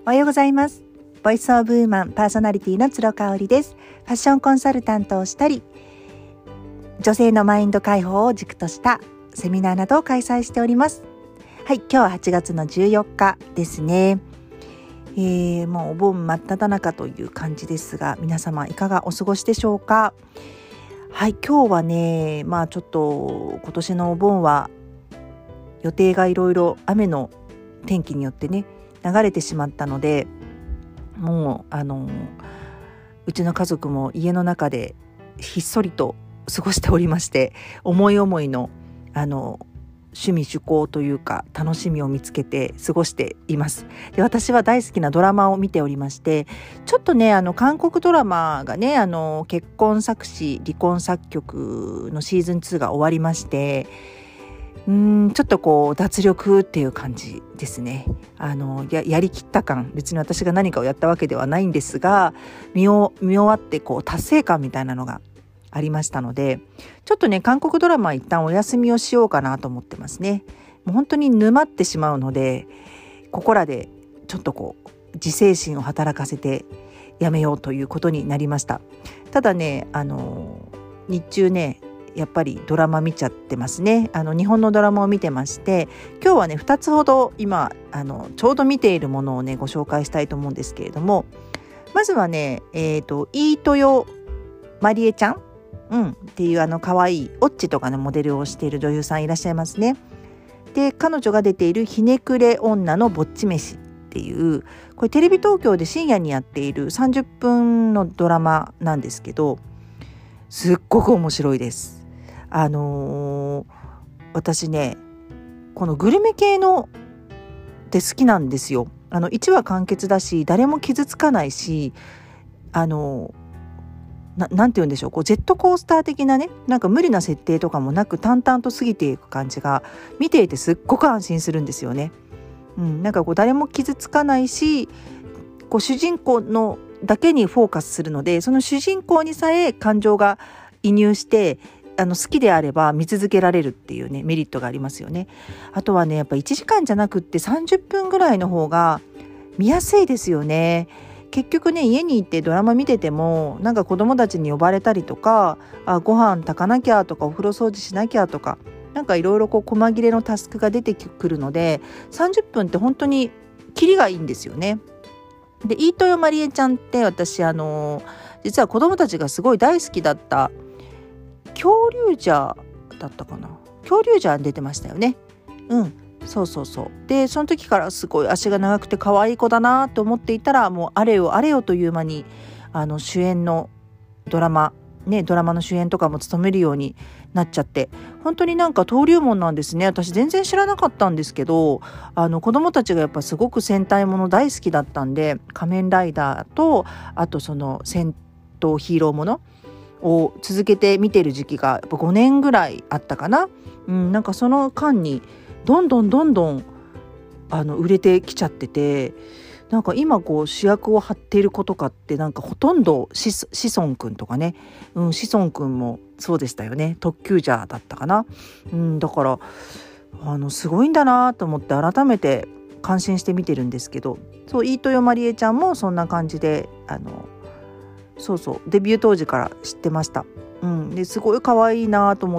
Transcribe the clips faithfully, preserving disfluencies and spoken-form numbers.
おはようございます。ボイスオブウーマンパーソナリティの鶴香織です。ファッションコンサルタントをしたり、女性のマインド解放を軸としたセミナーなどを開催しております。はい、今日ははちがつのじゅうよっかですね。えー、もうお盆真っ只中という感じですが、皆様いかがお過ごしでしょうか。はい、今日はね、まあちょっと今年のお盆は予定がいろいろ雨の天気によってね流れてしまったので、もうあのうちの家族も家の中でひっそりと過ごしておりまして、思い思いのあの趣味趣向というか楽しみを見つけて過ごしています。で、私は大好きなドラマを見ておりまして、ちょっとねあの韓国ドラマがねあの結婚作詞離婚作曲のシーズンツーが終わりまして、うーんちょっとこう脱力っていう感じですね。あの や, やりきった感、別に私が何かをやったわけではないんですが、見を見終わってこう達成感みたいなのがありましたので、ちょっとね韓国ドラマは一旦お休みをしようかなと思ってますね。もう本当に沼ってしまうので、ここらでちょっとこう自制心を働かせてやめようということになりました。ただねあの日中ねやっぱりドラマ見ちゃってますね。あの日本のドラマを見てまして、今日はねふたつほど今あのちょうど見ているものをねご紹介したいと思うんですけれども、まずはねえっと飯豊まりえちゃん、うん、っていうあの可愛いオッチとかのモデルをしている女優さんいらっしゃいますね。で、彼女が出ているひねくれ女のぼっち飯っていう、これテレビ東京で深夜にやっているさんじゅっぷんのドラマなんですけど、すっごく面白いです。あのー、私ねこのグルメ系のって好きなんですよ。あのいちわ完結だし、誰も傷つかないし、あのな, なんて言うんでしょう、こうジェットコースター的なね、なんか無理な設定とかもなく淡々と過ぎていく感じが見ていてすっごく安心するんですよね。うん、なんかこう誰も傷つかないし、こう主人公のだけにフォーカスするので、その主人公にさえ感情が移入してあの好きであれば見続けられるっていうねメリットがありますよね。あとはねやっぱいちじかんじゃなくってさんじゅっぷんぐらいの方が見やすいですよね。結局ね家に行ってドラマ見ててもなんか子供たちに呼ばれたりとか、あご飯炊かなきゃとかお風呂掃除しなきゃとか、なんかいろいろこう細切れのタスクが出てくるので、さんじゅっぷんって本当にキリがいいんですよね。で、飯豊まりえちゃんって私あの実は子供たちがすごい大好きだった恐竜ジャーだったかな、恐竜ジャーに出てましたよね。うんそうそうそう。でその時からすごい足が長くて可愛い子だなと思っていたら、もうあれよあれよという間にあの主演のドラマねドラマの主演とかも務めるようになっちゃって、本当になんか登竜門なんですね。私全然知らなかったんですけど、あの子供たちがやっぱすごく戦隊もの大好きだったんで、仮面ライダーとあとその戦闘ヒーローものを続けて見てる時期がやっぱごねんぐらいあったかな。うん、なんかその間にどんどんどんどんあの売れてきちゃってて、なんか今こう主役を張っている子とかってなんかほとんどシソンくんとかね、うん、シソンくんもそうでしたよね。特急ジャーだったかな。うん、だからあのすごいんだなと思って改めて感心して見てるんですけど、そう飯豊まりえちゃんもそんな感じであのそうそうデビュー当時から知ってました。うん、ですごい可愛いなと思って、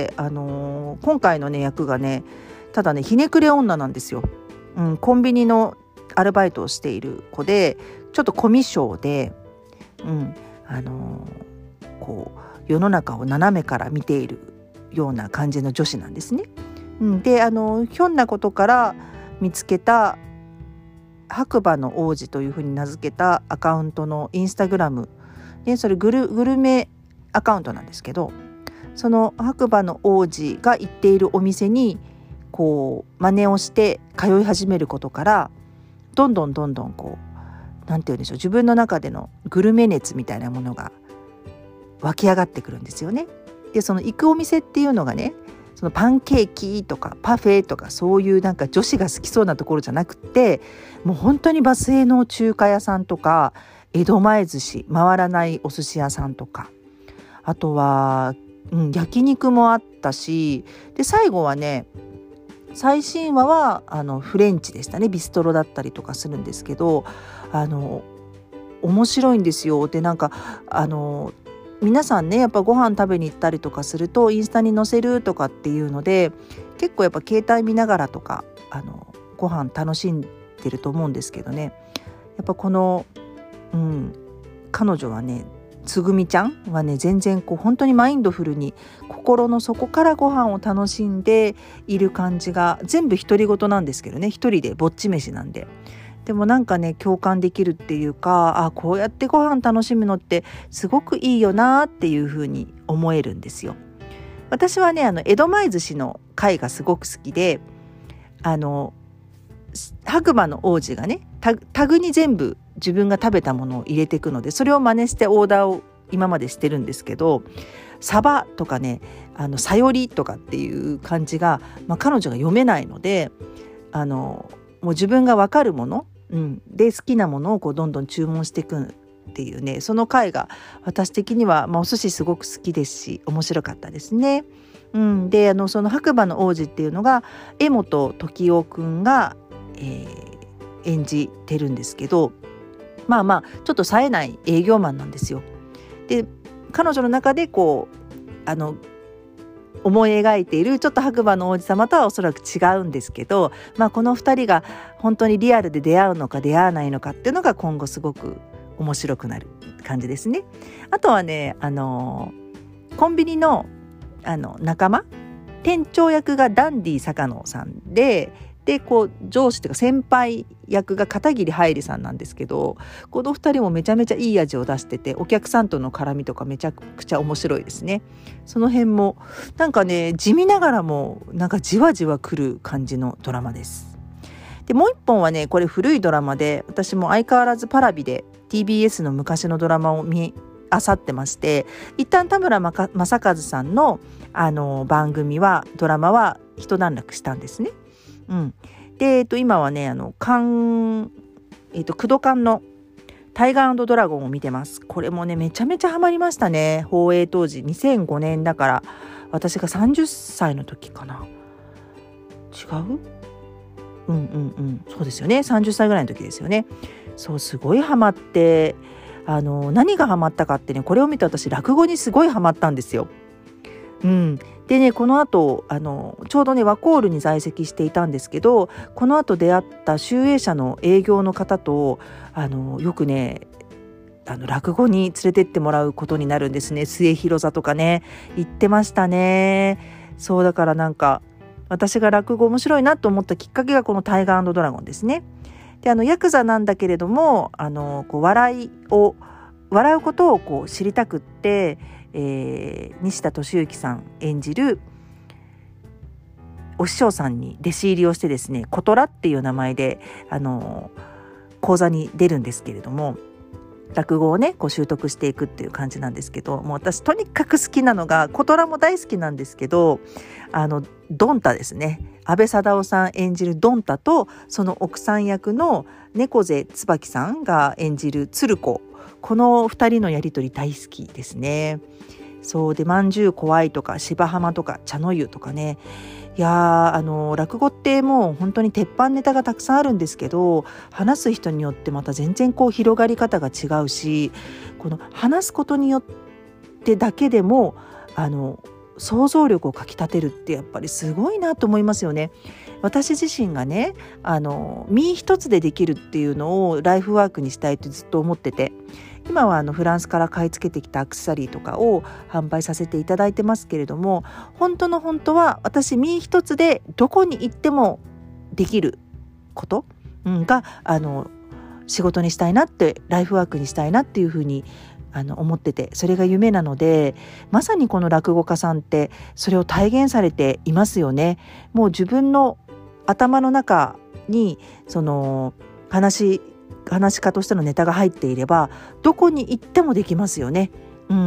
あのー、今回のね役がねただねひねくれ女なんですよ。うん、コンビニのアルバイトをしている子で、ちょっとコミュ障で、うんあのー、こう世の中を斜めから見ているような感じの女子なんですね。うん、であのひょんなことから見つけた白馬の王子というふうに名付けたアカウントのインスタグラムで、それグル、グルメアカウントなんですけど、その白馬の王子が行っているお店にこう真似をして通い始めることから、どんどんどんどんこうなんて言うんでしょう、自分の中でのグルメ熱みたいなものが湧き上がってくるんですよね。でその行くお店っていうのがね、そのパンケーキとかパフェとかそういうなんか女子が好きそうなところじゃなくて、もう本当にバスへの中華屋さんとか江戸前寿司、回らないお寿司屋さんとか、あとは、うん、焼肉もあったし、で最後はね最新話はあのフレンチでしたね。ビストロだったりとかするんですけど、あの面白いんですよ。でなんかあの皆さんねやっぱご飯食べに行ったりとかするとインスタに載せるとかっていうので、結構やっぱ携帯見ながらとかあのご飯楽しんでると思うんですけどね、やっぱこの、うん、彼女はね、つぐみちゃんはね全然こう本当にマインドフルに心の底からご飯を楽しんでいる感じが、全部独り言なんですけどね、一人でぼっち飯なんで、でもなんかね共感できるっていうか、あこうやってご飯楽しむのってすごくいいよなっていう風に思えるんですよ。私はねあの江戸前寿司の回がすごく好きで、あの白馬の王子がね タ, タグに全部自分が食べたものを入れていくので、それを真似してオーダーを今までしてるんですけど、サバとかねあのさよりとかっていう感じが、まあ、彼女が読めないので、あのもう自分が分かるもの、うん、で好きなものをこうどんどん注文していくっていうね、その回が私的には、まあ、お寿司すごく好きですし面白かったですね。うん、であのその白馬の王子っていうのが江本時生くんが、えー、演じてるんですけど、まあまあちょっと冴えない営業マンなんですよ。で彼女の中でこうあの思い描いているちょっと白馬の王子様とはおそらく違うんですけど、まあ、このふたりが本当にリアルで出会うのか出会わないのかっていうのが今後すごく面白くなる感じですね。あとはねあのコンビニのあの仲間、店長役がダンディ坂野さんで、でこう上司というか先輩役が片桐はいりさんなんですけど、このふたりもめちゃめちゃいい味を出してて、お客さんとの絡みとかめちゃくちゃ面白いですね。その辺もなんかね地味ながらもなんかじわじわくる感じのドラマです。でもう一本はねこれ古いドラマで、私も相変わらずパラビで ティービーエス の昔のドラマを見あさってまして、一旦田村正和さんのあの番組はドラマは一段落したんですね。うん、で、えっと、今はねあの韓、えっと、クドカンのタイガー&ドラゴンを見てます。これもねめちゃめちゃハマりましたね。放映当時にせんごねんだから私がさんじゅっさいの時かな。違う？うんうんうんそうですよね。さんじゅっさいぐらいの時ですよね。そうすごいハマって、あの何がハマったかってね、これを見て私落語にすごいハマったんですよ。うん、でねこの後あのちょうどねワコールに在籍していたんですけど、この後出会った集英社の営業の方とあのよくねあの落語に連れてってもらうことになるんですね。末広座とかね行ってましたね。そうだからなんか私が落語面白いなと思ったきっかけがこのタイガー&ドラゴンですね。であのヤクザなんだけれどもあのこう笑いを笑うことをこう知りたくって、えー、西田敏行さん演じるお師匠さんに弟子入りをしてですね、小虎っていう名前であの講座に出るんですけれども、落語をねこう習得していくっていう感じなんですけど、もう私とにかく好きなのが小虎も大好きなんですけど、あのドンタですね、安倍貞夫さん演じるドンタとその奥さん役の猫背椿さんが演じる鶴子、このふたりのやりとり大好きですね。そうでまんじゅう怖いとか芝浜とか茶の湯とかね、いやあの落語ってもう本当に鉄板ネタがたくさんあるんですけど、話す人によってまた全然こう広がり方が違うし、この話すことによってだけでもあの想像力をかきたてるってやっぱりすごいなと思いますよね。私自身がねあの身一つでできるっていうのをライフワークにしたいとずっと思ってて、今はあのフランスから買い付けてきたアクセサリーとかを販売させていただいてますけれども、本当の本当は私身一つでどこに行ってもできること、うん、があの仕事にしたいなって、ライフワークにしたいなっていうふうにあの思ってて、それが夢なので、まさにこの落語家さんってそれを体現されていますよね。もう自分の頭の中にその話話し家としてのネタが入っていればどこに行ってもできますよね。うん、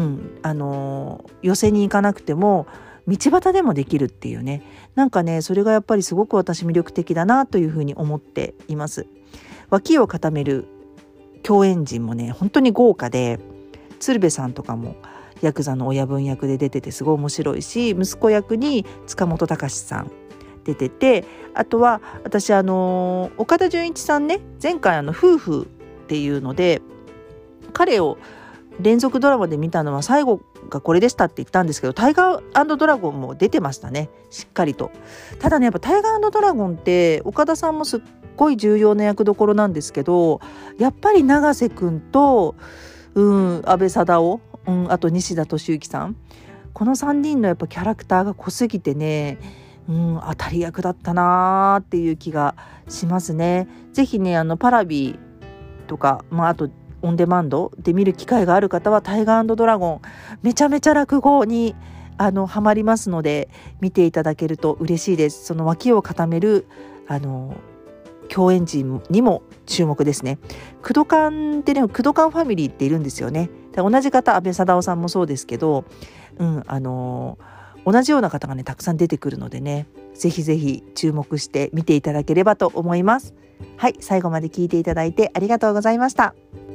あの寄席に行かなくても道端でもできるっていうね、なんかねそれがやっぱりすごく私魅力的だなというふうに思っています。脇を固める共演陣もね本当に豪華で、鶴瓶さんとかもヤクザの親分役で出ててすごい面白いし、息子役に塚本高さん出てて、あとは私あの岡田准一さんね、前回あの夫婦っていうので彼を連続ドラマで見たのは最後がこれでしたって言ったんですけど、タイガー&ドラゴンも出てましたね、しっかりと。ただね、やっぱタイガー&ドラゴンって岡田さんもすっごい重要な役どころなんですけど、やっぱり永瀬くんと、うん、安倍貞夫、うん、あと西田敏行さん、このさんにんのやっぱキャラクターが濃すぎてね、うん、当たり役だったなーっていう気がしますね。ぜひね、あのパラビとか、まあ、あとオンデマンドで見る機会がある方はタイガー&ドラゴンめちゃめちゃ落語にあのハマりますので、見ていただけると嬉しいです。その脇を固めるあの共演陣にも注目ですね。クドカンってね、クドカンファミリーっているんですよね。で同じ方、安倍貞夫さんもそうですけど、うん、あの同じような方がねたくさん出てくるのでね、ぜひぜひ注目して見ていただければと思います。はい、最後まで聞いていただいてありがとうございました。